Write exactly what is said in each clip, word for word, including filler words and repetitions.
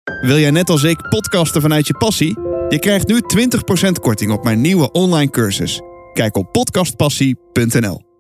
Wil jij net als ik podcasten vanuit je passie? Je krijgt nu twintig procent korting op mijn nieuwe online cursus. Kijk op podcastpassie punt n l.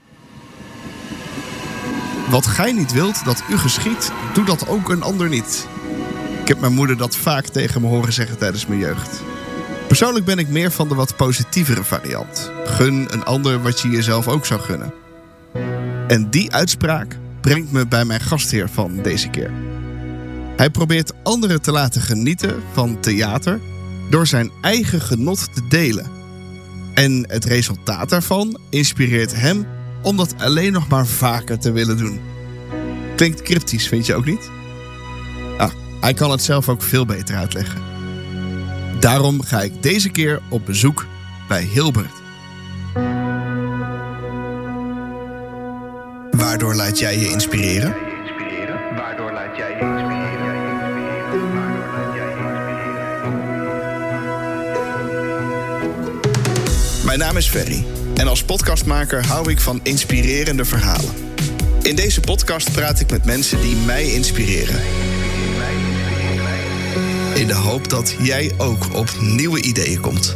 Wat gij niet wilt dat u geschiet, doe dat ook een ander niet. Ik heb mijn moeder dat vaak tegen me horen zeggen tijdens mijn jeugd. Persoonlijk ben ik meer van de wat positievere variant. Gun een ander wat je jezelf ook zou gunnen. En die uitspraak brengt me bij mijn gastheer van deze keer. Hij probeert anderen te laten genieten van theater door zijn eigen genot te delen. En het resultaat daarvan inspireert hem om dat alleen nog maar vaker te willen doen. Klinkt cryptisch, vind je ook niet? Ah, hij kan het zelf ook veel beter uitleggen. Daarom ga ik deze keer op bezoek bij Hilbert. Waardoor laat jij je inspireren? Waardoor laat jij je inspireren? Waardoor laat jij je inspireren? Mijn naam is Ferry en als podcastmaker hou ik van inspirerende verhalen. In deze podcast praat ik met mensen die mij inspireren. In de hoop dat jij ook op nieuwe ideeën komt.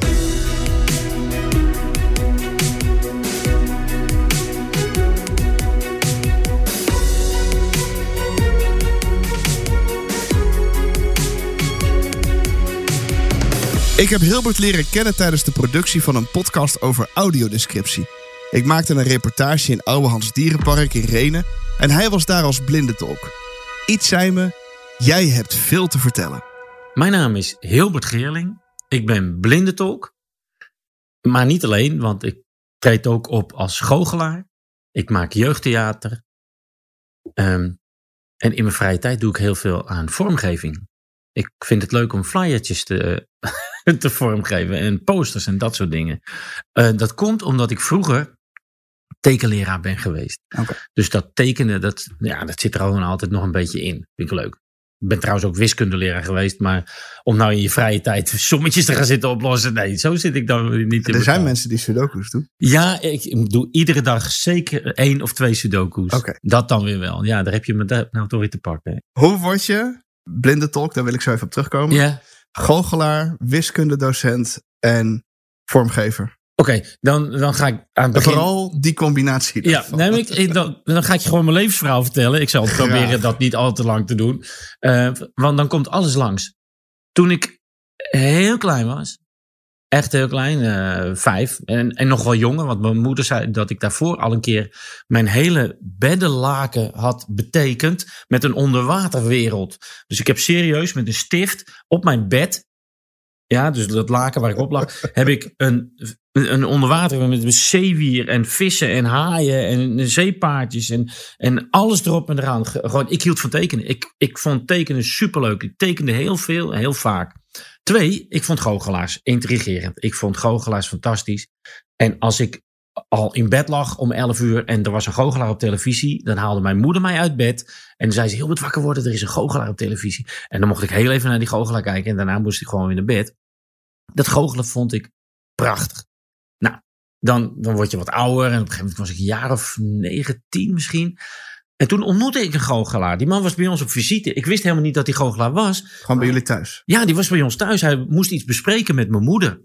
Ik heb Hilbert leren kennen tijdens de productie van een podcast over audiodescriptie. Ik maakte een reportage in Ouwehands Dierenpark in Rhenen en hij was daar als blindentolk. Iets zei me, jij hebt veel te vertellen. Mijn naam is Hilbert Geerling. Ik ben blindentolk. Maar niet alleen, want ik treed ook op als goochelaar. Ik maak jeugdtheater. Um, en in mijn vrije tijd doe ik heel veel aan vormgeving. Ik vind het leuk om flyertjes te, te vormgeven en posters en dat soort dingen. Uh, dat komt omdat ik vroeger tekenleraar ben geweest. Okay. Dus dat tekenen, dat, ja, dat zit er gewoon altijd nog een beetje in. Vind ik leuk. Ik ben trouwens ook wiskundeleraar geweest, maar om nou in je vrije tijd sommetjes te gaan zitten oplossen, nee, zo zit ik dan niet in. Er zijn betaal. Mensen die sudoku's doen. Ja, ik doe iedere dag zeker één of twee sudoku's. Okay. Dat dan weer wel. Ja, daar heb je me nou toch weer te pakken. Hoe word je blindentolk? Daar wil ik zo even op terugkomen. Yeah. Goochelaar, wiskundedocent en vormgever. Oké, okay, dan, dan ga ik aan het begin... Vooral die combinatie. Ja, nee, ik, ik, dan, dan ga ik je gewoon mijn levensverhaal vertellen. Ik zal Graag. proberen dat niet al te lang te doen. Uh, want dan komt alles langs. Toen ik heel klein was, echt heel klein, uh, vijf, en, en nog wel jonger, want mijn moeder zei dat ik daarvoor al een keer mijn hele beddenlaken had betekend met een onderwaterwereld. Dus ik heb serieus met een stift op mijn bed, ja, dus dat laken waar ik op lag, heb ik een, een onderwater met zeewier en vissen en haaien en zeepaardjes en, en alles erop en eraan. Gewoon, ik hield van tekenen. Ik, ik vond tekenen superleuk. Ik tekende heel veel, heel vaak. Twee, ik vond goochelaars intrigerend. Ik vond goochelaars fantastisch. En als ik al in bed lag om elf uur en er was een goochelaar op televisie, dan haalde mijn moeder mij uit bed en dan zei ze, heel wat wakker worden, er is een goochelaar op televisie. En dan mocht ik heel even naar die goochelaar kijken en daarna moest ik gewoon weer naar bed. Dat goochelen vond ik prachtig. Nou, dan, dan word je wat ouder en op een gegeven moment was ik een jaar of negen, tien misschien. En toen ontmoette ik een goochelaar. Die man was bij ons op visite. Ik wist helemaal niet dat hij goochelaar was. Gewoon bij jullie thuis? Ja, die was bij ons thuis. Hij moest iets bespreken met mijn moeder.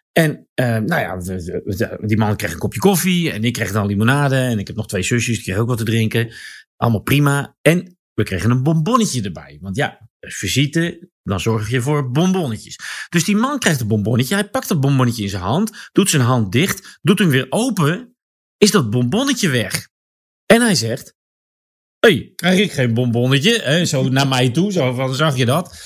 En uh, nou ja, die man kreeg een kopje koffie en ik kreeg dan limonade. En ik heb nog twee zusjes, die kregen ook wat te drinken. Allemaal prima. En we kregen een bonbonnetje erbij. Want ja, visite, dan zorg je voor bonbonnetjes. Dus die man krijgt een bonbonnetje. Hij pakt dat bonbonnetje in zijn hand, doet zijn hand dicht, doet hem weer open. Is dat bonbonnetje weg? En hij zegt, hé, hey, krijg ik geen bonbonnetje? Hè? Zo naar mij toe, zo van, zag je dat?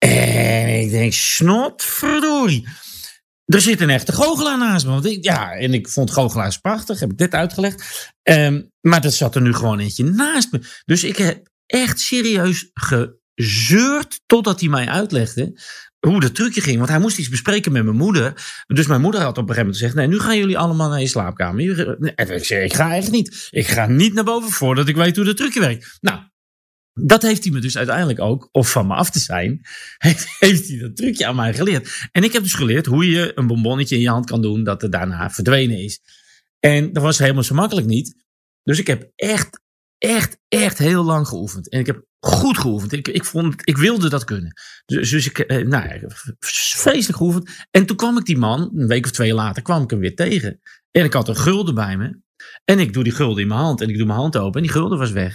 En ik denk, snotverdorie. Er zit een echte goochelaar naast me. Want ik, ja, en ik vond goochelaars prachtig, heb ik dit uitgelegd. Um, maar dat zat er nu gewoon eentje naast me. Dus ik heb echt serieus gezeurd totdat hij mij uitlegde hoe dat trucje ging. Want hij moest iets bespreken met mijn moeder. Dus mijn moeder had op een gegeven moment gezegd, nee, nu gaan jullie allemaal naar je slaapkamer. En ik zei, ik ga echt niet. Ik ga niet naar boven voordat ik weet hoe dat trucje werkt. Nou, dat heeft hij me dus uiteindelijk ook, of van me af te zijn, heeft, heeft hij dat trucje aan mij geleerd. En ik heb dus geleerd hoe je een bonbonnetje in je hand kan doen dat het daarna verdwenen is. En dat was helemaal zo makkelijk niet. Dus ik heb echt, echt, echt heel lang geoefend. En ik heb goed geoefend. Ik, ik, vond, ik wilde dat kunnen. Dus, dus ik, eh, nou ja, vreselijk geoefend. En toen kwam ik die man, een week of twee later, kwam ik hem weer tegen. En ik had een gulden bij me. En ik doe die gulden in mijn hand. En ik doe mijn hand open en die gulden was weg.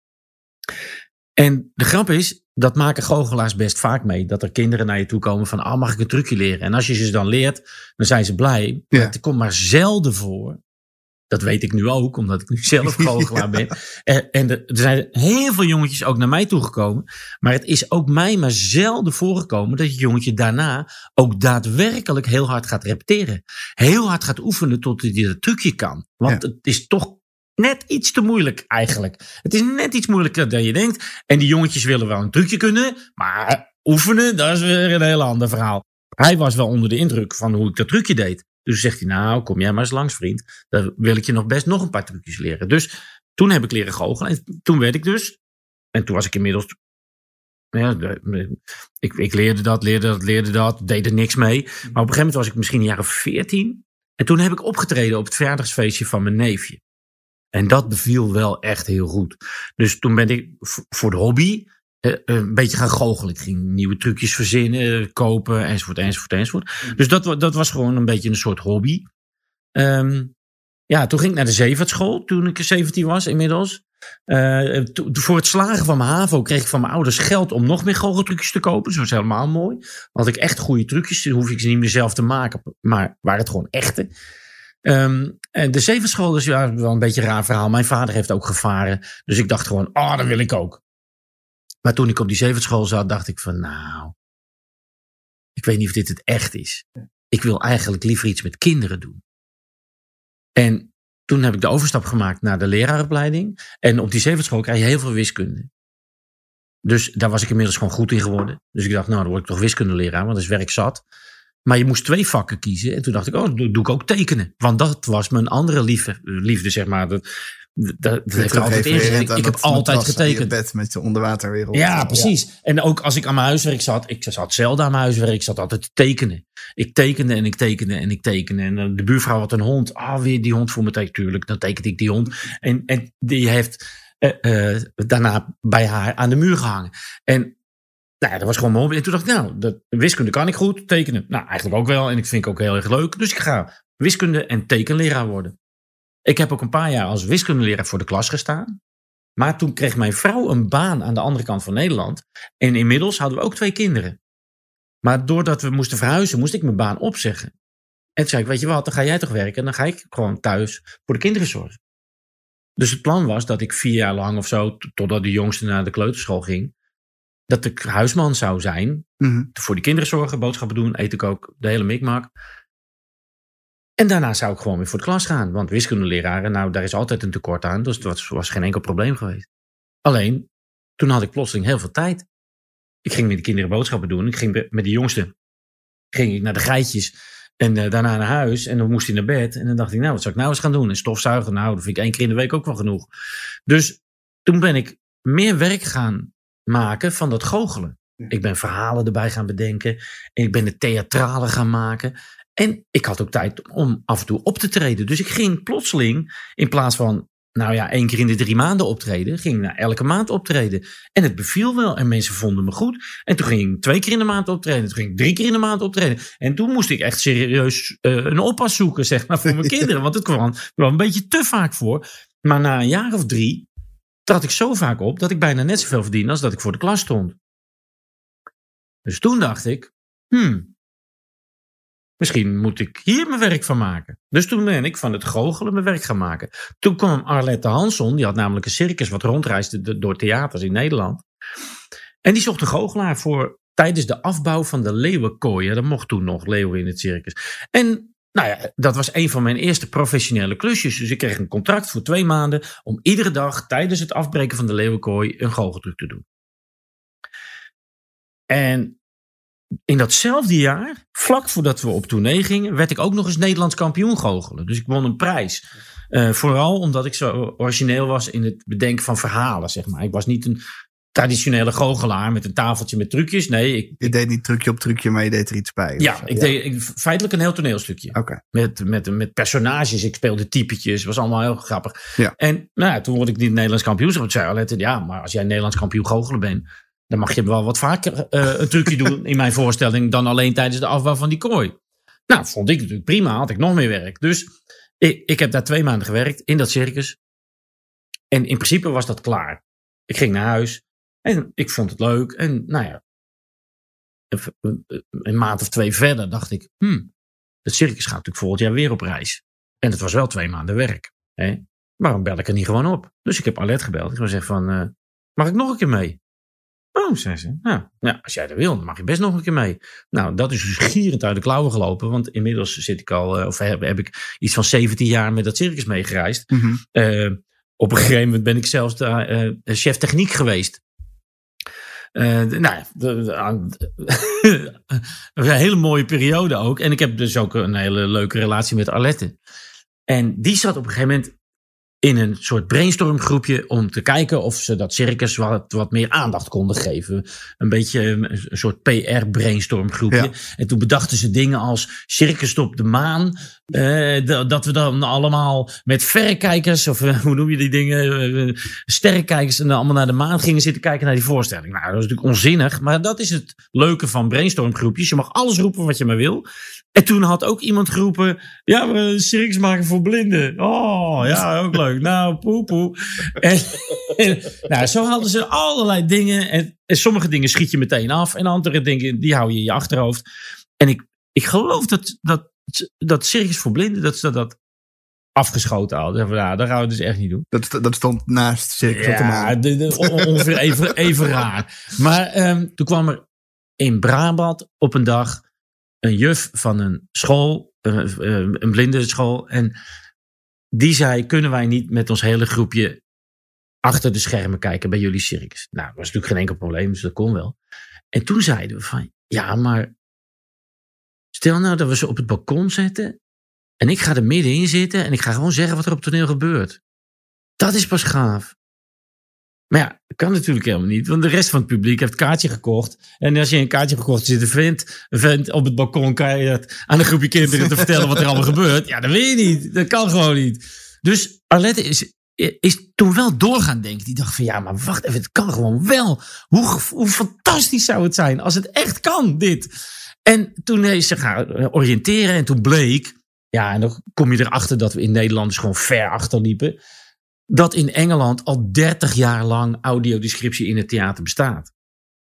En de grap is, dat maken goochelaars best vaak mee. Dat er kinderen naar je toe komen van, ah, mag ik een trucje leren? En als je ze dan leert, dan zijn ze blij. Ja. Maar het komt maar zelden voor. Dat weet ik nu ook, omdat ik nu zelf goochelaar ben. En, en er zijn heel veel jongetjes ook naar mij toegekomen. Maar het is ook mij maar zelden voorgekomen dat je jongetje daarna ook daadwerkelijk heel hard gaat repeteren. Heel hard gaat oefenen tot hij dat trucje kan. Want ja. het is toch net iets te moeilijk eigenlijk. Het is net iets moeilijker dan je denkt. En die jongetjes willen wel een trucje kunnen, maar oefenen, dat is weer een heel ander verhaal. Hij was wel onder de indruk van hoe ik dat trucje deed. Dus zegt hij, nou, kom jij maar eens langs, vriend. Dan wil ik je nog best nog een paar trucjes leren. Dus toen heb ik leren goochelen. En toen werd ik dus, en toen was ik inmiddels, ja, ik, ik leerde dat, leerde dat, leerde dat, deed er niks mee. Maar op een gegeven moment was ik misschien een jaar of veertien. En toen heb ik opgetreden op het verjaardagsfeestje van mijn neefje. En dat beviel wel echt heel goed. Dus toen ben ik voor de hobby Uh, een beetje gaan goochelen. Ik ging nieuwe trucjes verzinnen, kopen, enzovoort, enzovoort, enzovoort. Mm. Dus dat, dat was gewoon een beetje een soort hobby. Um, ja, toen ging ik naar de zeevaartschool, toen ik zeventien was inmiddels. Uh, to, voor het slagen van mijn HAVO kreeg ik van mijn ouders geld om nog meer goocheltrucjes te kopen. Dat was helemaal mooi. Dan had ik echt goede trucjes, dan hoef ik ze niet meer zelf te maken, maar waren het gewoon echte. Um, en de zeevaartschool is ja, wel een beetje een raar verhaal. Mijn vader heeft ook gevaren, dus ik dacht gewoon, ah, oh, dat wil ik ook. Maar toen ik op die zeevaartschool zat, dacht ik van nou, ik weet niet of dit het echt is. Ik wil eigenlijk liever iets met kinderen doen. En toen heb ik de overstap gemaakt naar de leraaropleiding. En op die zeevaartschool krijg je heel veel wiskunde. Dus daar was ik inmiddels gewoon goed in geworden. Dus ik dacht, nou, dan word ik toch wiskundeleraar, want dat is werk zat. Maar je moest twee vakken kiezen. En toen dacht ik, oh, doe, doe ik ook tekenen. Want dat was mijn andere liefde, liefde zeg maar. Dat, dat, dat heeft er altijd ingezet. Ik, ik heb altijd getekend. Je bed met de onderwaterwereld. Ja, precies. Ja. En ook als ik aan mijn huiswerk zat. Ik zat zelden aan mijn huiswerk. Ik zat altijd te tekenen. Ik tekende en ik tekende en ik tekende. En de buurvrouw had een hond. Ah, oh, weer die hond voor me tekenen. Tuurlijk, dan tekende ik die hond. En, en die heeft uh, uh, daarna bij haar aan de muur gehangen. En nou ja, dat was gewoon mijn hobby. En toen dacht ik, nou, dat, wiskunde kan ik goed, tekenen. Nou, eigenlijk ook wel. En ik vind het ook heel erg leuk. Dus ik ga wiskunde- en tekenleraar worden. Ik heb ook een paar jaar als wiskundeleraar voor de klas gestaan. Maar toen kreeg mijn vrouw een baan aan de andere kant van Nederland. En inmiddels hadden we ook twee kinderen. Maar doordat we moesten verhuizen, moest ik mijn baan opzeggen. En toen zei ik, weet je wat, dan ga jij toch werken. En dan ga ik gewoon thuis voor de kinderen zorgen. Dus het plan was dat ik vier jaar lang of zo, totdat de jongste naar de kleuterschool ging, dat ik huisman zou zijn. Mm-hmm. Voor de kinderen zorgen, boodschappen doen, eten koken, de hele mikmak. En daarna zou ik gewoon weer voor de klas gaan. Want wiskundeleraren, nou, daar is altijd een tekort aan. Dus dat was, was geen enkel probleem geweest. Alleen, toen had ik plotseling heel veel tijd. Ik ging met de kinderen boodschappen doen. Ik ging met de jongste ging ik naar de geitjes. En uh, daarna naar huis. En dan moest hij naar bed. En dan dacht ik, nou, wat zou ik nou eens gaan doen? En stofzuigen, nou, dat vind ik één keer in de week ook wel genoeg. Dus toen ben ik meer werk gaan maken van dat goochelen. Ik ben verhalen erbij gaan bedenken. En ik ben de theatralen gaan maken. En ik had ook tijd om af en toe op te treden. Dus ik ging plotseling, in plaats van, nou ja, één keer in de drie maanden optreden, ging ik nou elke maand optreden. En het beviel wel. En mensen vonden me goed. En toen ging ik twee keer in de maand optreden. Toen ging ik drie keer in de maand optreden. En toen moest ik echt serieus uh, een oppas zoeken, zeg maar, voor mijn kinderen. Want het kwam wel een beetje te vaak voor. Maar na een jaar of drie trad ik zo vaak op dat ik bijna net zoveel verdiende als dat ik voor de klas stond. Dus toen dacht ik, hmm, misschien moet ik hier mijn werk van maken. Dus toen ben ik van het goochelen mijn werk gaan maken. Toen kwam Arlette Hansson, die had namelijk een circus wat rondreisde door theaters in Nederland. En die zocht een goochelaar voor tijdens de afbouw van de leeuwenkooi. Ja, dat mocht toen nog, leeuwen in het circus. En nou ja, dat was een van mijn eerste professionele klusjes. Dus ik kreeg een contract voor twee maanden om iedere dag tijdens het afbreken van de leeuwenkooi een goocheltruc te doen. En in datzelfde jaar, vlak voordat we op tournee gingen, werd ik ook nog eens Nederlands kampioen goochelen. Dus ik won een prijs. Uh, vooral omdat ik zo origineel was in het bedenken van verhalen, zeg maar. Ik was niet een traditionele goochelaar met een tafeltje met trucjes. Nee, ik, Je deed niet trucje op trucje, maar je deed er iets bij. ja, of zo. ik deed ik, feitelijk een heel toneelstukje. Oké. Okay. Met, met, met personages, ik speelde typetjes, was allemaal heel grappig. Ja. En nou ja, toen word ik niet Nederlands kampioenschap. Toen zei Arlette, ja, maar als jij Nederlands kampioen goochelen bent, dan mag je wel wat vaker uh, een trucje doen in mijn voorstelling dan alleen tijdens de afbouw van die kooi. Nou, vond ik natuurlijk prima, had ik nog meer werk. Dus ik, ik heb daar twee maanden gewerkt in dat circus. En in principe was dat klaar. Ik ging naar huis en ik vond het leuk. En nou ja, een, een maand of twee verder dacht ik, hmm, het circus gaat natuurlijk volgend jaar weer op reis. En het was wel twee maanden werk. Hè? Waarom bel ik er niet gewoon op? Dus ik heb Arlette gebeld. Ik heb gezegd van, uh, mag ik nog een keer mee? Oh, zei ze. Nou, ja, als jij dat wil, dan mag je best nog een keer mee. Nou, dat is dus gierend uit de klauwen gelopen. Want inmiddels zit ik al, uh, of heb, heb ik iets van zeventien jaar met dat circus meegereisd. Mm-hmm. Uh, op een gegeven moment ben ik zelfs de, uh, chef techniek geweest. Uh, nou ja, de, de, de, een hele mooie periode ook. En ik heb dus ook een hele leuke relatie met Arlette. En die zat op een gegeven moment in een soort brainstormgroepje om te kijken of ze dat circus wat, wat meer aandacht konden geven. Een beetje een soort P R-brainstormgroepje. Ja. En toen bedachten ze dingen als circus op de maan. Uh, dat we dan allemaal met verrekijkers, of uh, hoe noem je die dingen, uh, sterrenkijkers, en dan allemaal naar de maan gingen zitten kijken naar die voorstelling. Nou, dat is natuurlijk onzinnig, maar dat is het leuke van brainstormgroepjes. Je mag alles roepen wat je maar wil. En toen had ook iemand geroepen, ja, we een circus maken voor blinden. Oh, ja, ook leuk. Nou, poe, poe. En, en, nou, zo hadden ze allerlei dingen. En, en sommige dingen schiet je meteen af. En andere dingen, die hou je in je achterhoofd. En ik, ik geloof dat, dat, dat circus voor blinden, dat ze dat afgeschoten hadden. Nou, dat gaan we dus echt niet doen. Dat, dat stond naast circus op de maan. Ja, de, de, ongeveer even, even raar. Maar um, toen kwam er in Brabant op een dag een juf van een school, uh, uh, een blindenschool. En die zei, kunnen wij niet met ons hele groepje achter de schermen kijken bij jullie circus? Nou, dat was natuurlijk geen enkel probleem, dus dat kon wel. En toen zeiden we van, ja, maar stel nou dat we ze op het balkon zetten en ik ga er middenin zitten en ik ga gewoon zeggen wat er op het toneel gebeurt. Dat is pas gaaf. Maar ja, dat kan natuurlijk helemaal niet. Want de rest van het publiek heeft een kaartje gekocht. En als je een kaartje gekocht zit, een vent, een vent op het balkon, kan je het aan een groepje kinderen te vertellen wat er allemaal gebeurt. Ja, dat wil je niet. Dat kan gewoon niet. Dus Arlette is, is toen wel door gaan denken. Die dacht van, ja, maar wacht even, het kan gewoon wel. Hoe, hoe fantastisch zou het zijn als het echt kan, dit. En toen is ze gaan oriënteren en toen bleek, ja, en dan kom je erachter dat we in Nederland dus gewoon ver achterliepen, dat in Engeland al dertig jaar lang audiodescriptie in het theater bestaat.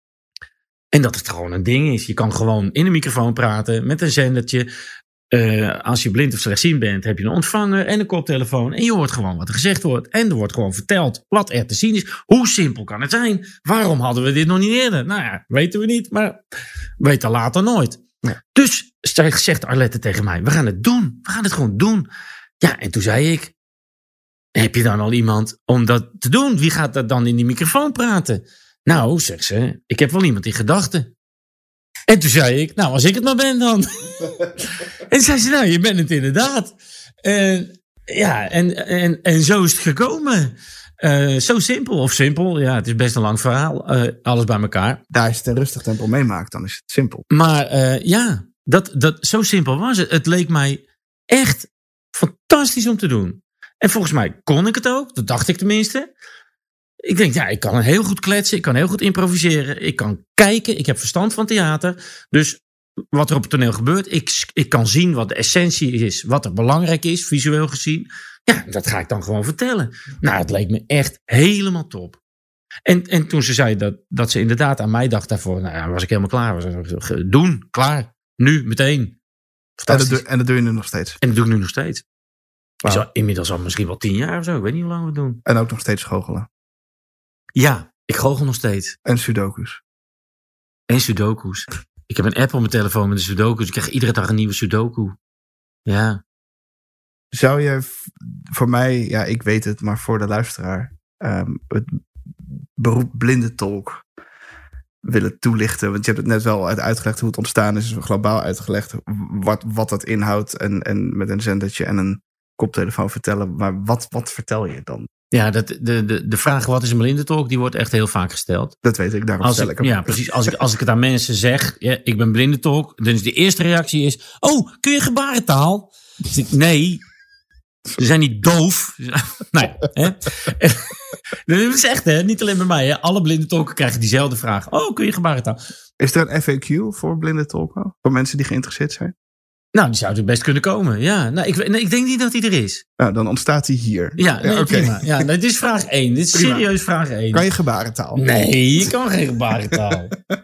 En dat het gewoon een ding is. Je kan gewoon in een microfoon praten met een zendertje. Uh, als je blind of slechtziend bent, heb je een ontvanger en een koptelefoon. En je hoort gewoon wat er gezegd wordt. En er wordt gewoon verteld wat er te zien is. Hoe simpel kan het zijn? Waarom hadden we dit nog niet eerder? Nou ja, weten we niet, maar weten later nooit. Ja. Dus zegt Arlette tegen mij, we gaan het doen. We gaan het gewoon doen. Ja, en toen zei ik, heb je dan al iemand om dat te doen? Wie gaat dat dan in die microfoon praten? Nou, zegt ze, ik heb wel iemand in gedachten. En toen zei ik, nou, als ik het maar ben dan. En zei ze, nou, je bent het inderdaad. Uh, ja, en, en, en zo is het gekomen. Uh, zo simpel, of simpel, ja, het is best een lang verhaal, uh, alles bij elkaar. Daar is het een rustig tempo meemaakt, dan is het simpel. Maar uh, ja, dat, dat, zo simpel was het. Het leek mij echt fantastisch om te doen. En volgens mij kon ik het ook, dat dacht ik tenminste. Ik denk, ja, ik kan heel goed kletsen, ik kan heel goed improviseren, ik kan kijken, ik heb verstand van theater. Dus wat er op het toneel gebeurt, ik, ik kan zien wat de essentie is, wat er belangrijk is, visueel gezien. Ja, dat ga ik dan gewoon vertellen. Nou, het leek me echt helemaal top. En, en toen ze zei dat, dat ze inderdaad aan mij dacht daarvoor, nou ja, was ik helemaal klaar. Was, doen, klaar, nu, meteen. En dat, doe, en dat doe je nu nog steeds? En dat doe ik nu nog steeds. Wow. Al, inmiddels al misschien wel tien jaar of zo. Ik weet niet hoe lang we het doen. En ook nog steeds goochelen? Ja, ik goochel nog steeds. En sudokus? En sudokus. Ik heb een app op mijn telefoon met een sudokus. Ik krijg iedere dag een nieuwe sudoku. Ja. Zou je voor mij, ja, ik weet het, maar voor de luisteraar, um, het beroep blindentolk willen toelichten? Want je hebt het net wel uitgelegd hoe het ontstaan is. Globaal uitgelegd wat, wat dat inhoudt. En, en met een zendertje en een koptelefoon vertellen. Maar wat, wat vertel je dan? Ja, dat, de, de, de vraag wat is een blinde tolk, die wordt echt heel vaak gesteld. Dat weet ik, daarom Als stel ik, ik hem. ja, precies. Als ik, als ik het aan mensen zeg, ja, ik ben blinde tolk, dan is de eerste reactie is, oh, kun je gebarentaal? Dus ik, nee, ze zijn niet doof. Nee, hè? Dat is echt, hè? Niet alleen bij mij. Hè? Alle blinde tolken krijgen diezelfde vraag. Oh, kun je gebarentaal? Is er een F A Q voor blinde tolken? Voor mensen die geïnteresseerd zijn? Nou, die zou er best kunnen komen. Ja, nou, ik, nee, ik denk niet dat die er is. Nou, dan ontstaat die hier. Ja, nee, oké. prima. Ja, dit is vraag één. Dit is Prima. serieus vraag één. Kan je gebarentaal? Nee, je kan geen gebarentaal.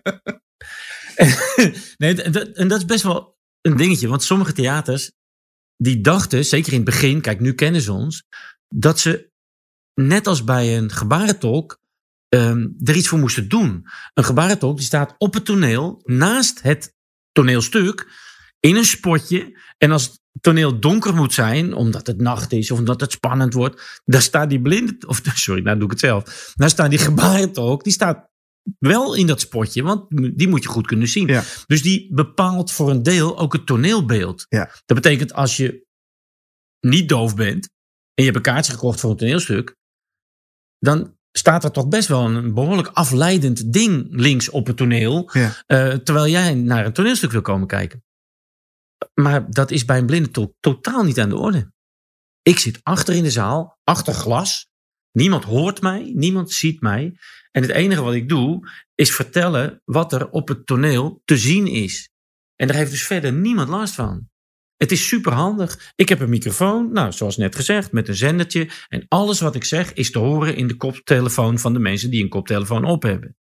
Nee, en dat, en dat is best wel een dingetje. Want sommige theaters, die dachten, zeker in het begin, kijk, nu kennen ze ons, dat ze, net als bij een gebarentolk, um, er iets voor moesten doen. Een gebarentolk die staat op het toneel, naast het toneelstuk, in een spotje. En als het toneel donker moet zijn, omdat het nacht is of omdat het spannend wordt, dan staat die blinde, of sorry, nou doe ik het zelf. Dan staat die gebarentolk, die staat wel in dat spotje, want die moet je goed kunnen zien. Ja. Dus die bepaalt voor een deel ook het toneelbeeld. Ja. Dat betekent als je niet doof bent en je hebt een kaartje gekocht voor een toneelstuk, dan staat er toch best wel een behoorlijk afleidend ding links op het toneel, Ja. uh, terwijl jij naar een toneelstuk wil komen kijken. Maar dat is bij een blinde tolk totaal niet aan de orde. Ik zit achter in de zaal, achter glas. Niemand hoort mij, niemand ziet mij. En het enige wat ik doe, is vertellen wat er op het toneel te zien is. En daar heeft dus verder niemand last van. Het is super handig. Ik heb een microfoon, nou, zoals net gezegd, met een zendertje. En alles wat ik zeg is te horen in de koptelefoon van de mensen die een koptelefoon op hebben.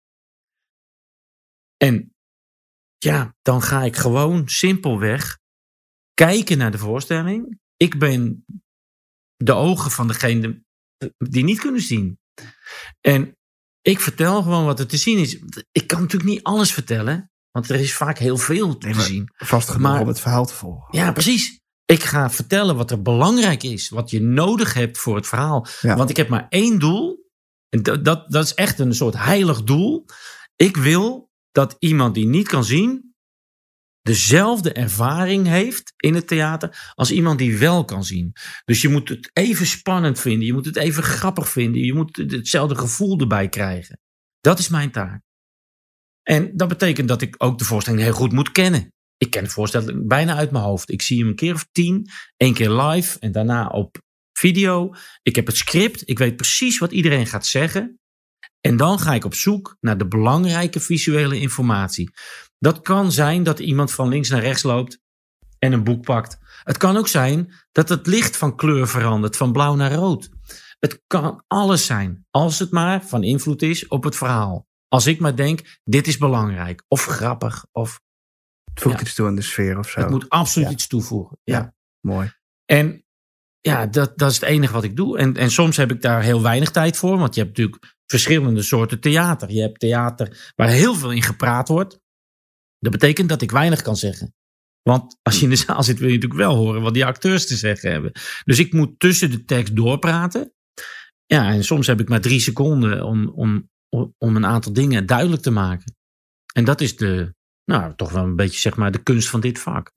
En ja, dan ga ik gewoon simpelweg kijken naar de voorstelling. Ik ben de ogen van degene die niet kunnen zien. En ik vertel gewoon wat er te zien is. Ik kan natuurlijk niet alles vertellen, want er is vaak heel veel te Nee, maar zien. Vast genoeg Maar- om het verhaal te volgen. Ja, precies. Ik ga vertellen wat er belangrijk is, wat je nodig hebt voor het verhaal. Ja. Want ik heb maar één doel. En dat, dat, dat is echt een soort heilig doel. Ik wil dat iemand die niet kan zien dezelfde ervaring heeft in het theater als iemand die wel kan zien. Dus je moet het even spannend vinden. Je moet het even grappig vinden. Je moet hetzelfde gevoel erbij krijgen. Dat is mijn taak. En dat betekent dat ik ook de voorstelling heel goed moet kennen. Ik ken de voorstelling bijna uit mijn hoofd. Ik zie hem een keer of tien. Één keer live en daarna op video. Ik heb het script. Ik weet precies wat iedereen gaat zeggen. En dan ga ik op zoek naar de belangrijke visuele informatie. Dat kan zijn dat iemand van links naar rechts loopt en een boek pakt. Het kan ook zijn dat het licht van kleur verandert, van blauw naar rood. Het kan alles zijn, als het maar van invloed is op het verhaal. Als ik maar denk, dit is belangrijk, of grappig, of Het voegt Ja. iets toe aan de sfeer of zo. het moet absoluut Ja. iets toevoegen. Ja. Ja. Mooi. En ja, dat, dat is het enige wat ik doe. En, en soms heb ik daar heel weinig tijd voor, want je hebt natuurlijk verschillende soorten theater. Je hebt theater waar heel veel in gepraat wordt. Dat betekent dat ik weinig kan zeggen. Want als je in de zaal zit, wil je natuurlijk wel horen wat die acteurs te zeggen hebben. Dus ik moet tussen de tekst doorpraten. Ja, en soms heb ik maar drie seconden om, om, om een aantal dingen duidelijk te maken. En dat is de, nou, toch wel een beetje zeg maar de kunst van dit vak.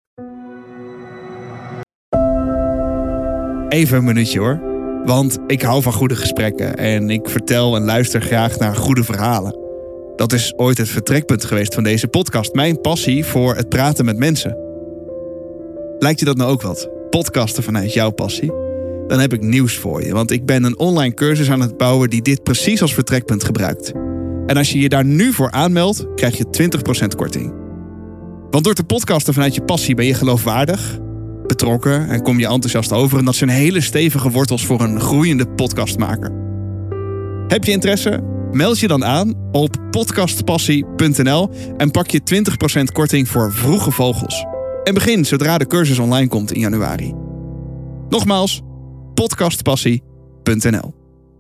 Even een minuutje hoor. Want ik hou van goede gesprekken en ik vertel en luister graag naar goede verhalen. Dat is ooit het vertrekpunt geweest van deze podcast. Mijn passie voor het praten met mensen. Lijkt je dat nou ook wat? Podcasten vanuit jouw passie? Dan heb ik nieuws voor je. Want ik ben een online cursus aan het bouwen die dit precies als vertrekpunt gebruikt. En als je je daar nu voor aanmeldt, krijg je twintig procent korting. Want door te podcasten vanuit je passie ben je geloofwaardig, betrokken en kom je enthousiast over. En dat zijn hele stevige wortels voor een groeiende podcastmaker. Heb je interesse? Meld je dan aan op podcastpassie punt n l en pak je twintig procent korting voor vroege vogels. En begin zodra de cursus online komt in januari. Nogmaals, podcastpassie punt n l.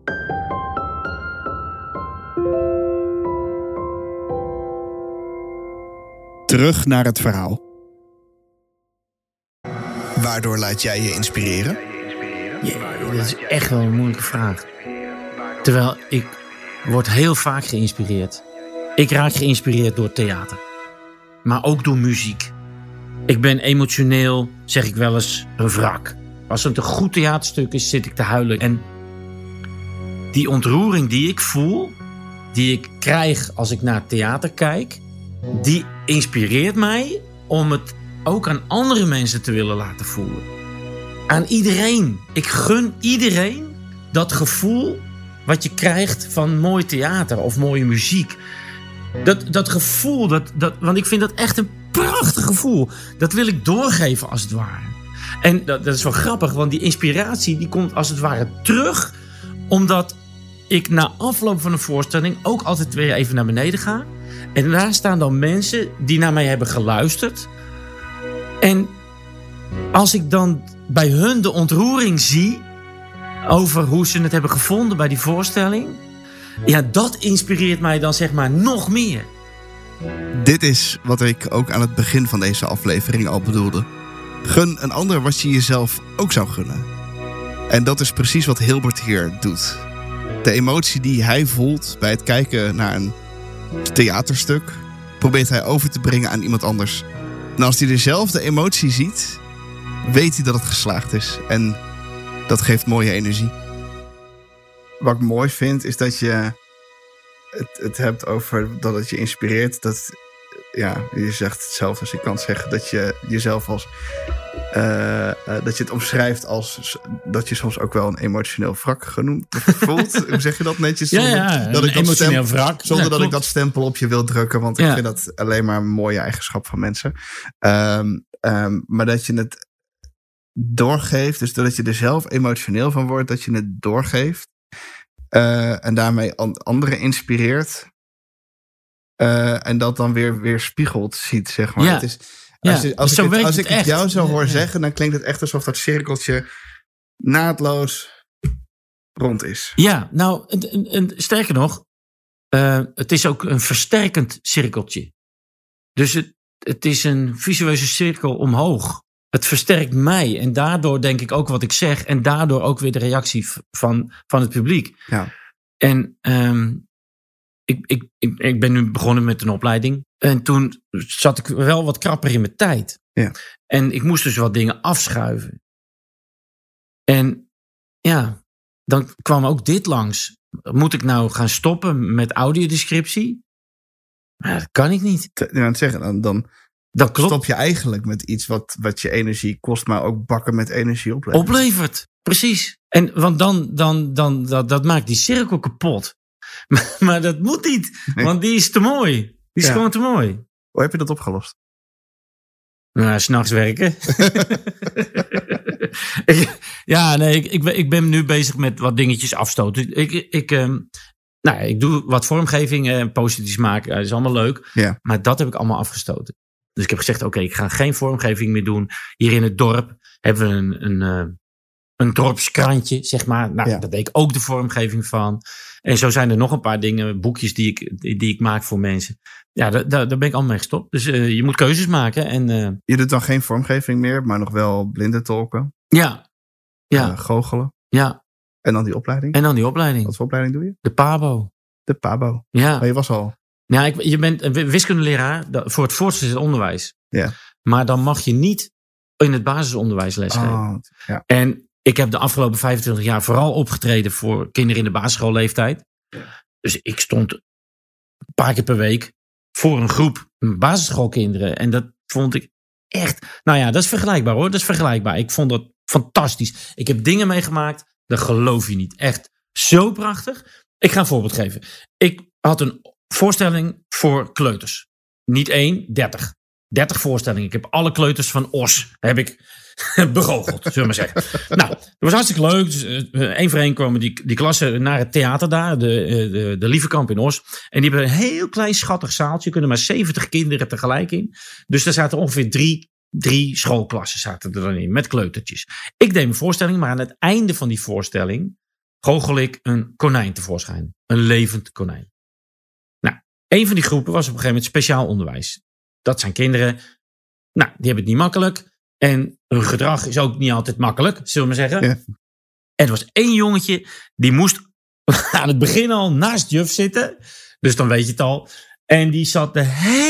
Terug naar het verhaal. Waardoor laat jij je inspireren? Ja, dat is echt wel een moeilijke vraag. Terwijl ik word heel vaak geïnspireerd. Ik raak geïnspireerd door theater. Maar ook door muziek. Ik ben emotioneel, zeg ik wel eens, een wrak. Als het een goed theaterstuk is, zit ik te huilen. En die ontroering die ik voel, die ik krijg als ik naar theater kijk, die inspireert mij om het ook aan andere mensen te willen laten voelen. Aan iedereen. Ik gun iedereen dat gevoel wat je krijgt van mooi theater of mooie muziek. Dat, dat gevoel, dat, dat, want ik vind dat echt een prachtig gevoel. Dat wil ik doorgeven als het ware. En dat, dat is wel grappig, want die inspiratie die komt als het ware terug, omdat ik na afloop van een voorstelling ook altijd weer even naar beneden ga. En daar staan dan mensen die naar mij hebben geluisterd. En als ik dan bij hun de ontroering zie over hoe ze het hebben gevonden bij die voorstelling, ja, dat inspireert mij dan zeg maar nog meer. Dit is wat ik ook aan het begin van deze aflevering al bedoelde. Gun een ander wat je jezelf ook zou gunnen. En dat is precies wat Hilbert hier doet. De emotie die hij voelt bij het kijken naar een theaterstuk probeert hij over te brengen aan iemand anders. En als hij dezelfde emotie ziet, weet hij dat het geslaagd is. En dat geeft mooie energie. Wat ik mooi vind, is dat je het, het hebt over dat het je inspireert. Dat, ja, je zegt hetzelfde als ik kan zeggen. Dat je jezelf als... Uh, uh, dat je het omschrijft als dat je soms ook wel een emotioneel wrak genoemd voelt. Hoe zeg je dat netjes? Ja, ja, dat een ik dat emotioneel stempel, wrak. Zonder Ja, dat klopt. ik dat stempel op je wil drukken. Want Ja. ik vind dat alleen maar een mooie eigenschap van mensen. Um, um, maar dat je het doorgeeft. Dus dat je er zelf emotioneel van wordt. Dat je het doorgeeft. Uh, en daarmee an- anderen inspireert. Uh, en dat dan weer, weer spiegelt ziet, zeg maar. Ja. Het is... Ja, Als, je, als zo ik, het, werkt als het ik het echt. jou zo hoor Ja. zeggen, dan klinkt het echt alsof dat cirkeltje naadloos rond is. Ja, nou, en, en, en sterker nog, uh, het is ook een versterkend cirkeltje. Dus het, het is een visueuze cirkel omhoog. Het versterkt mij en daardoor denk ik ook wat ik zeg en daardoor ook weer de reactie van, van het publiek. Ja. En um, ik, ik, ik, ik ben nu begonnen met een opleiding. En toen zat ik wel wat krapper in mijn tijd. Ja. En ik moest dus wat dingen afschuiven. En ja, dan kwam ook dit langs. Moet ik nou gaan stoppen met audiodescriptie? Maar dat kan ik niet. Te, ja, het zeggen, dan, dan Dat klopt. stop je eigenlijk met iets wat, wat je energie kost, maar ook bakken met energie oplevert. Oplevert, precies. En, want dan, dan, dan dat, dat maakt die cirkel kapot. Maar, maar dat moet niet, Nee. want die is te mooi. Die is Ja. gewoon te mooi. Hoe heb je dat opgelost? Nou, 's nachts werken. ik, ja, nee, ik, ik, ben- ik ben nu bezig met wat dingetjes afstoten. Ik, ik, um, nou, ik doe wat vormgeving en postjes maken. Dat is allemaal leuk. Ja. Maar dat heb ik allemaal afgestoten. Dus ik heb gezegd, oké, ik ga geen vormgeving meer doen. Hier in het dorp hebben we een, een, uh, een dorpskrantje, zeg maar. Nou, Ja. daar deed ik ook de vormgeving van. En zo zijn er nog een paar dingen, boekjes die ik, die, die ik maak voor mensen. Ja, daar, daar, daar ben ik allemaal mee gestopt. Dus uh, je moet keuzes maken. En uh, Je doet dan geen vormgeving meer, maar nog wel blindentolken, ja, ja, uh, goochelen. ja. En dan die opleiding. En dan die opleiding. Wat voor opleiding doe je? De PABO. De PABO. Ja. Maar je was al... Ja, ik, je bent een wiskundeleraar da- voor het voortgezet onderwijs. Ja. Maar dan mag je niet in het basisonderwijs lesgeven. Oh, ja. En ik heb de afgelopen vijfentwintig jaar vooral opgetreden voor kinderen in de basisschoolleeftijd. Dus ik stond een paar keer per week voor een groep basisschoolkinderen. En dat vond ik echt... Nou ja, dat is vergelijkbaar hoor. Dat is vergelijkbaar. Ik vond dat fantastisch. Ik heb dingen meegemaakt, dat geloof je niet. Echt zo prachtig. Ik ga een voorbeeld geven. Ik had een voorstelling voor kleuters. Niet één, dertig. dertig voorstellingen. Ik heb alle kleuters van Os heb ik begoocheld, zullen we maar zeggen. Nou, dat was hartstikke leuk. Dus, uh, één voor één kwamen die, die klassen naar het theater daar, de, uh, de, de Lievekamp in Os. En die hebben een heel klein schattig zaaltje. Er kunnen maar zeventig kinderen tegelijk in. Dus daar zaten ongeveer drie, drie schoolklassen zaten er dan in, met kleutertjes. Ik deed mijn voorstelling, maar aan het einde van die voorstelling goochel ik een konijn tevoorschijn. Een levend konijn. Nou, een van die groepen was op een gegeven moment speciaal onderwijs. Dat zijn kinderen, nou, die hebben het niet makkelijk. En hun gedrag is ook niet altijd makkelijk, zullen we maar zeggen. Ja. En er was één jongetje, die moest aan het begin al naast juf zitten. Dus dan weet je het al. En die zat de hele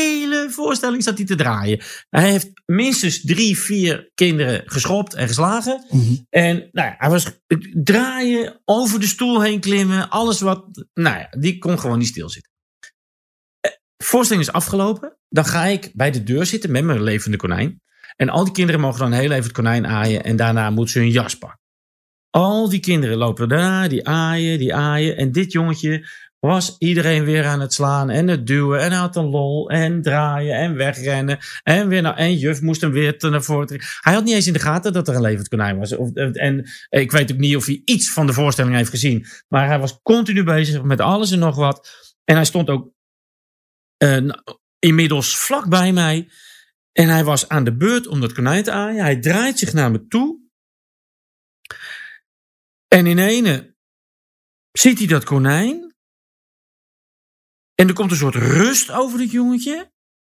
hele voorstelling zat hij te draaien. Hij heeft minstens drie, vier kinderen geschopt en geslagen. Mm-hmm. En nou ja, hij was draaien, over de stoel heen klimmen. Alles wat... Nou ja, die kon gewoon niet stilzitten. De voorstelling is afgelopen. Dan ga ik bij de deur zitten met mijn levende konijn. En al die kinderen mogen dan heel even het konijn aaien. En daarna moeten ze hun jas pakken. Al die kinderen lopen daar, die aaien, die aaien. En dit jongetje was iedereen weer aan het slaan en het duwen. En hij had een lol en draaien en wegrennen. En, weer naar, en juf moest hem weer naar voren trekken. Hij had niet eens in de gaten dat er een levend konijn was. Of, en ik weet ook niet of hij iets van de voorstelling heeft gezien. Maar hij was continu bezig met alles en nog wat. En hij stond ook uh, inmiddels vlak bij mij. En hij was aan de beurt om dat konijn te aaien. Hij draait zich naar me toe. En in ene ziet hij dat konijn. En er komt een soort rust over het jongetje.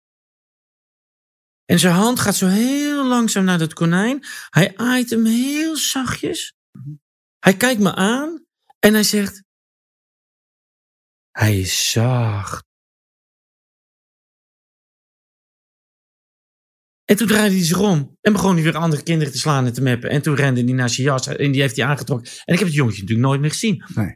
En zijn hand gaat zo heel langzaam naar dat konijn. Hij aait hem heel zachtjes. Hij kijkt me aan. En hij zegt... Hij is zacht. En toen draaide hij zich om. En begon hij weer andere kinderen te slaan en te meppen. En toen rende hij naar zijn jas. En die heeft hij aangetrokken. En ik heb het jongetje natuurlijk nooit meer gezien. Nee.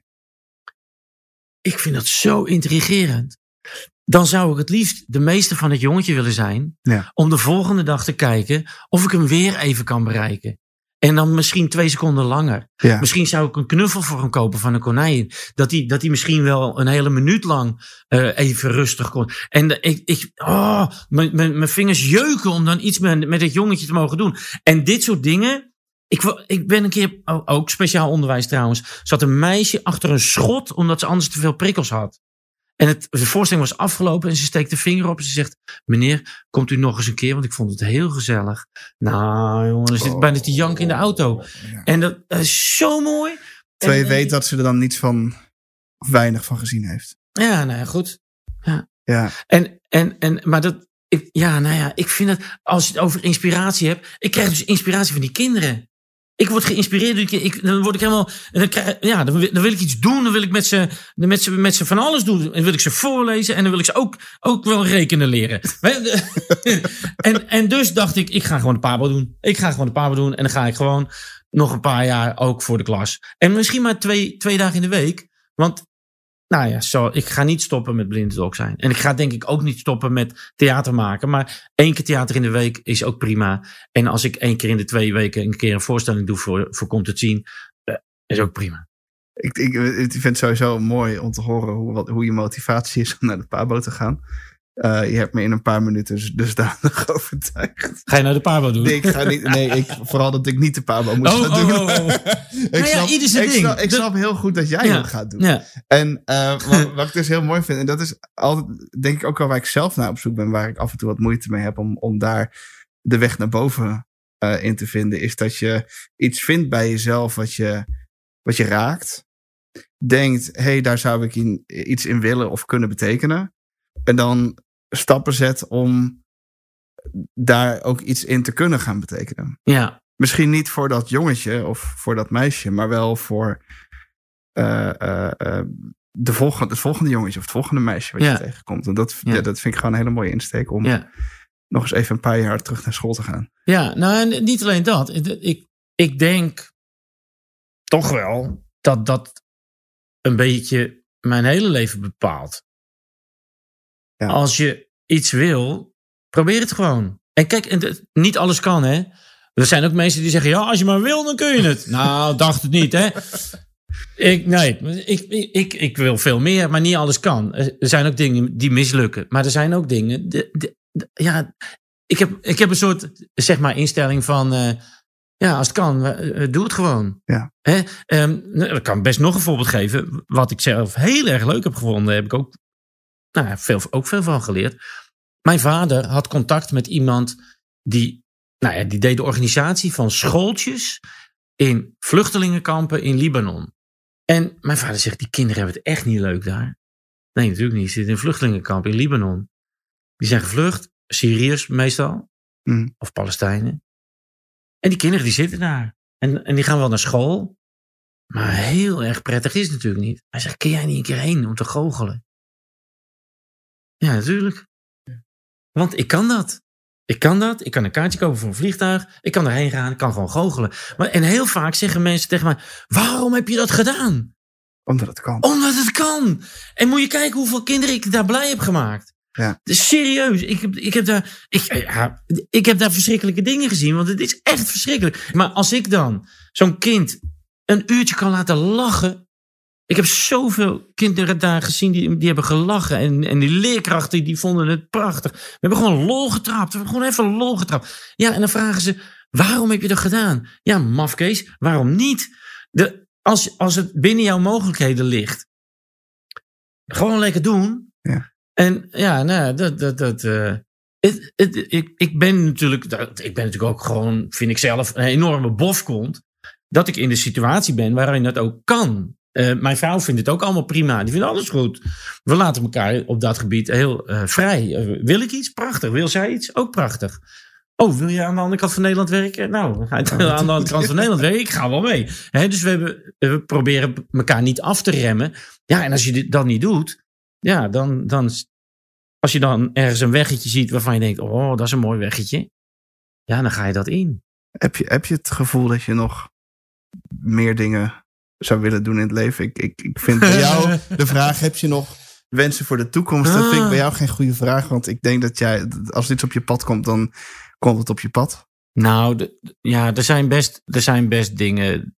Ik vind dat zo intrigerend. Dan zou ik het liefst de meester van het jongetje willen zijn. Ja. Om de volgende dag te kijken of ik hem weer even kan bereiken. En dan misschien twee seconden langer. Ja. Misschien zou ik een knuffel voor hem kopen van een konijn. Dat hij, dat hij misschien wel een hele minuut lang uh, even rustig kon. En uh, ik, ik, oh, mijn, mijn, mijn vingers jeuken om dan iets met, met het jongetje te mogen doen. En dit soort dingen. Ik, ik ben een keer, oh, ook speciaal onderwijs trouwens, zat een meisje achter een schot omdat ze anders te veel prikkels had. En het, de voorstelling was afgelopen en ze steekt de vinger op en ze zegt, meneer, komt u nog eens een keer, want ik vond het heel gezellig. Nou jongen, er zit oh, bijna te janken in de auto. Ja. En dat, dat is zo mooi. Terwijl je en, weet dat ze er dan niets van, of weinig van gezien heeft. Ja, nou ja, goed. Ja. Ja. En, en, en, maar dat, ik, ja, nou ja, ik vind dat, als je het over inspiratie hebt, ik krijg dus inspiratie van die kinderen. Ik word geïnspireerd. Ik, dan word ik helemaal. Dan, krijg, ja, dan, wil, dan wil ik iets doen. Dan wil ik met ze, met ze, met ze van alles doen. En dan wil ik ze voorlezen. En dan wil ik ze ook, ook wel rekenen leren. en, en dus dacht ik, ik ga gewoon de Pabo doen. Ik ga gewoon de Pabo doen. En dan ga ik gewoon nog een paar jaar ook voor de klas. En misschien maar twee, twee dagen in de week. Want, nou ja, zo, ik ga niet stoppen met blindendolk zijn. En ik ga denk ik ook niet stoppen met theater maken. Maar één keer theater in de week is ook prima. En als ik één keer in de twee weken een keer een voorstelling doe voor, voor Komt het Zien, is ook prima. Ik, ik, ik vind het sowieso mooi om te horen hoe, wat, hoe je motivatie is om naar de Pabo te gaan. Uh, je hebt me in een paar minuten dusdanig overtuigd. Ga je nou de Pabo doen? Nee, ik ga niet, nee ik, vooral dat ik niet de Pabo moet oh, gaan doen. Oh, oh, oh. ik nou snap, ja, ieder zijn ik ding. Snap, ik snap heel goed dat jij ja. het gaat doen. Ja. En uh, wat, wat ik dus heel mooi vind, en dat is altijd, denk ik ook wel waar ik zelf naar op zoek ben, waar ik af en toe wat moeite mee heb om, om daar de weg naar boven uh, in te vinden, is dat je iets vindt bij jezelf wat je, wat je raakt. Denkt, hé, hey, daar zou ik in, iets in willen of kunnen betekenen. En dan stappen zet om daar ook iets in te kunnen gaan betekenen. Ja. Misschien niet voor dat jongetje of voor dat meisje, maar wel voor uh, uh, uh, de volgende, het volgende jongetje of het volgende meisje wat ja. je tegenkomt. En dat, ja. Ja, dat vind ik gewoon een hele mooie insteek om ja. nog eens even een paar jaar terug naar school te gaan. Ja, nou en niet alleen dat. Ik, ik denk toch wel dat dat een beetje mijn hele leven bepaalt. Ja. Als je iets wil, probeer het gewoon. En kijk, niet alles kan, hè. Er zijn ook mensen die zeggen, ja, als je maar wil, dan kun je het. Nou, dacht het niet, hè. Ik, nee, ik, ik, ik wil veel meer, maar niet alles kan. Er zijn ook dingen die mislukken. Maar er zijn ook dingen... De, de, de, ja, ik heb, ik heb een soort, zeg maar, instelling van... Uh, ja, als het kan, uh, doe het gewoon. Ja. Hè? Um, ik kan best nog een voorbeeld geven. Wat ik zelf heel erg leuk heb gevonden, heb ik ook, nou, veel, ook veel van geleerd. Mijn vader had contact met iemand die... Nou ja, die deed de organisatie van schooltjes in vluchtelingenkampen in Libanon. En mijn vader zegt, die kinderen hebben het echt niet leuk daar. Nee, natuurlijk niet. Ze zitten in een vluchtelingenkamp in Libanon. Die zijn gevlucht, Syriërs meestal, mm. of Palestijnen. En die kinderen die zitten daar. En, en die gaan wel naar school. Maar heel erg prettig is het natuurlijk niet. Hij zegt, kun jij niet een keer heen om te goochelen? Ja, natuurlijk. Want ik kan dat. Ik kan dat. Ik kan een kaartje kopen voor een vliegtuig. Ik kan erheen gaan. Ik kan gewoon goochelen. Maar, en heel vaak zeggen mensen tegen mij... waarom heb je dat gedaan? Omdat het kan. Omdat het kan. En moet je kijken hoeveel kinderen ik daar blij heb gemaakt. Ja. Dus serieus. Ik heb, ik, heb daar, ik, ja, ik heb daar verschrikkelijke dingen gezien. Want het is echt verschrikkelijk. Maar als ik dan zo'n kind een uurtje kan laten lachen... Ik heb zoveel kinderen daar gezien die, die hebben gelachen. En, en die leerkrachten die vonden het prachtig. We hebben gewoon lol getrapt. We hebben gewoon even lol getrapt. Ja, en dan vragen ze, waarom heb je dat gedaan? Ja, mafkees, waarom niet? De, als, als het binnen jouw mogelijkheden ligt. Gewoon lekker doen. Ja. En ja, nou, dat... dat, dat uh, het, het, ik, ik ben natuurlijk... Ik ben natuurlijk ook gewoon, vind ik zelf, een enorme bofkont. Dat ik in de situatie ben waarin dat ook kan. Uh, mijn vrouw vindt het ook allemaal prima. Die vindt alles goed. We laten elkaar op dat gebied heel uh, vrij. Uh, wil ik iets? Prachtig. Wil zij iets? Ook prachtig. Oh, wil je aan de andere kant van Nederland werken? Nou, aan de andere kant van Nederland werken? Ik ga wel mee. He, dus we, hebben, we proberen elkaar niet af te remmen. Ja, en als je dat niet doet... Ja, dan, dan... Als je dan ergens een weggetje ziet waarvan je denkt... Oh, dat is een mooi weggetje. Ja, dan ga je dat in. Heb je, heb je het gevoel dat je nog meer dingen... zou willen doen in het leven? Ik, ik, ik vind bij jou de vraag, heb je nog wensen voor de toekomst? Dat vind ik bij jou geen goede vraag, want ik denk dat jij, als iets op je pad komt, dan komt het op je pad. Nou, de, ja, er zijn, best, er zijn best dingen.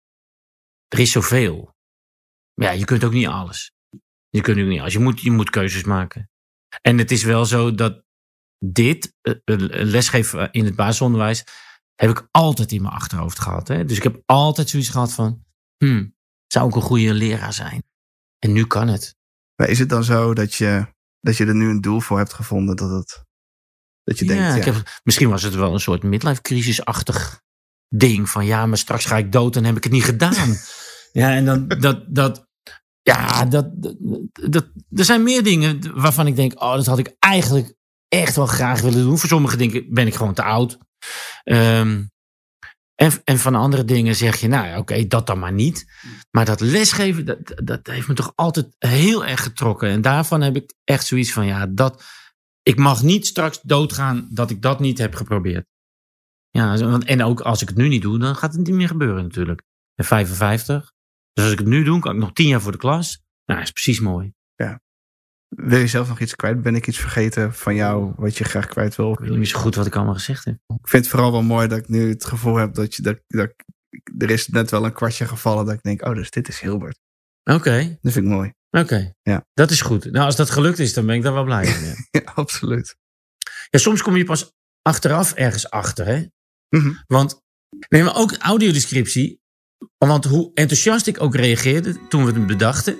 Er is zoveel. Ja, je kunt ook niet alles. Je kunt ook niet alles. Je moet, je moet keuzes maken. En het is wel zo dat dit, lesgeven in het basisonderwijs, heb ik altijd in mijn achterhoofd gehad. Hè? Dus ik heb altijd zoiets gehad van, Hmm, zou ik een goede leraar zijn? En nu kan het. Maar is het dan zo dat je, dat je er nu een doel voor hebt gevonden? Dat, het, dat je ja, denkt... Ja, ik heb, misschien was het wel een soort midlife crisis-achtig ding. Van ja, maar straks ga ik dood en heb ik het niet gedaan. ja, en dan dat... dat ja, dat, dat, dat, er zijn meer dingen waarvan ik denk... oh, dat had ik eigenlijk echt wel graag willen doen. Voor sommige dingen ben ik gewoon te oud. Um, En, en van andere dingen zeg je, nou ja, oké, okay, dat dan maar niet. Maar dat lesgeven, dat, dat heeft me toch altijd heel erg getrokken. En daarvan heb ik echt zoiets van, ja, dat... Ik mag niet straks doodgaan dat ik dat niet heb geprobeerd. Ja, en ook als ik het nu niet doe, dan gaat het niet meer gebeuren natuurlijk. Ik ben vijfenvijftig. Dus als ik het nu doe, kan ik nog tien jaar voor de klas. Nou, dat is precies mooi. Ja. Wil je zelf nog iets kwijt? Ben ik iets vergeten van jou wat je graag kwijt wil? Ik weet niet zo goed wat ik allemaal gezegd heb. Ik vind het vooral wel mooi dat ik nu het gevoel heb dat je... Dat, dat, er is net wel een kwartje gevallen dat ik denk, oh, dus dit is Hilbert. Oké. Okay. Dat vind ik mooi. Oké. Okay. Ja. Dat is goed. Nou, als dat gelukt is, dan ben ik daar wel blij mee. Ja, absoluut. Ja, soms kom je pas achteraf ergens achter, hè? Mm-hmm. Want, nee, maar ook audiodescriptie. Want hoe enthousiast ik ook reageerde toen we het bedachten...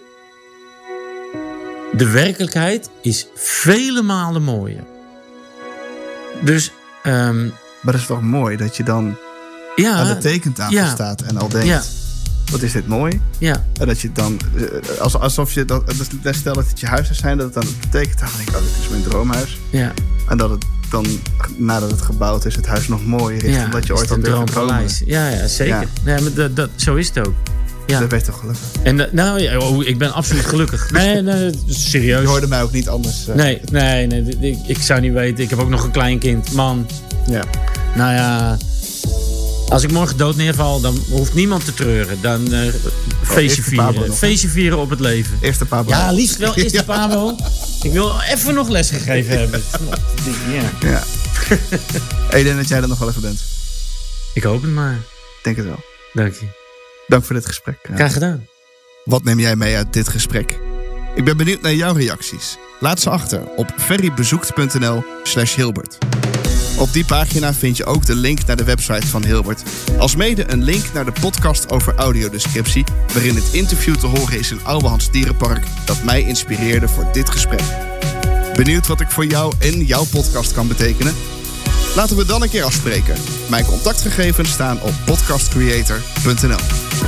De werkelijkheid is vele malen mooier. Dus... Um, maar dat is toch mooi dat je dan ja, aan de tekentafel ja, staat en al denkt... Ja. Wat is dit mooi? Ja. En dat je dan... Alsof je... Dat, stel dat het je huis zou zijn, dat het dan op de tekentafel denkt... Oh, dit is mijn droomhuis. Ja. En dat het dan, nadat het gebouwd is, het huis nog mooier is... Ja, omdat je ooit al durft te dromen. Ja, ja, zeker. Ja. Ja, maar dat, dat, zo is het ook. Ja. Dan ben je toch gelukkig? En, nou, ja, oh, ik ben absoluut gelukkig. Nee, nee, serieus. Je hoorde mij ook niet anders. Uh, nee, nee, nee ik, ik zou niet weten. Ik heb ook nog een klein kind. Man. Ja. Nou ja, als ik morgen dood neerval, dan hoeft niemand te treuren. Dan uh, feestje vieren. Feestje vieren op het leven. Eerste Pabo. Ja, liefst wel eerste ja. Pabo. Ik wil even nog les gegeven hebben. Ja. Ja. Ik denk dat jij er nog wel even bent. Ik hoop het maar. Ik denk het wel. Dank je. Dank voor dit gesprek. Graag gedaan. Wat neem jij mee uit dit gesprek? Ik ben benieuwd naar jouw reacties. Laat ze achter op ferrybezoekt.nl slash Hilbert. Op die pagina vind je ook de link naar de website van Hilbert. Alsmede een link naar de podcast over audiodescriptie... waarin het interview te horen is in Ouwehands Dierenpark... dat mij inspireerde voor dit gesprek. Benieuwd wat ik voor jou en jouw podcast kan betekenen? Laten we dan een keer afspreken. Mijn contactgegevens staan op podcastcreator punt n l.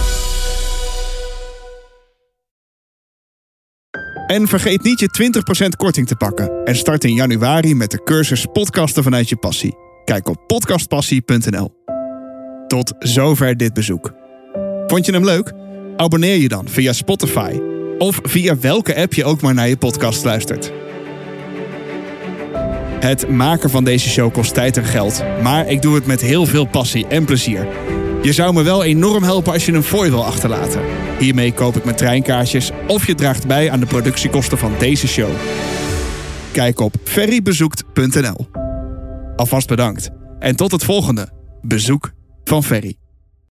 En vergeet niet je twintig procent korting te pakken. En start in januari met de cursus Podcasten vanuit je passie. Kijk op podcastpassie punt n l. Tot zover dit bezoek. Vond je hem leuk? Abonneer je dan via Spotify. Of via welke app je ook maar naar je podcast luistert. Het maken van deze show kost tijd en geld, maar ik doe het met heel veel passie en plezier. Je zou me wel enorm helpen als je een fooi wil achterlaten. Hiermee koop ik mijn treinkaartjes of je draagt bij aan de productiekosten van deze show. Kijk op ferrybezoekt punt n l. Alvast bedankt en tot het volgende Bezoek van Ferry.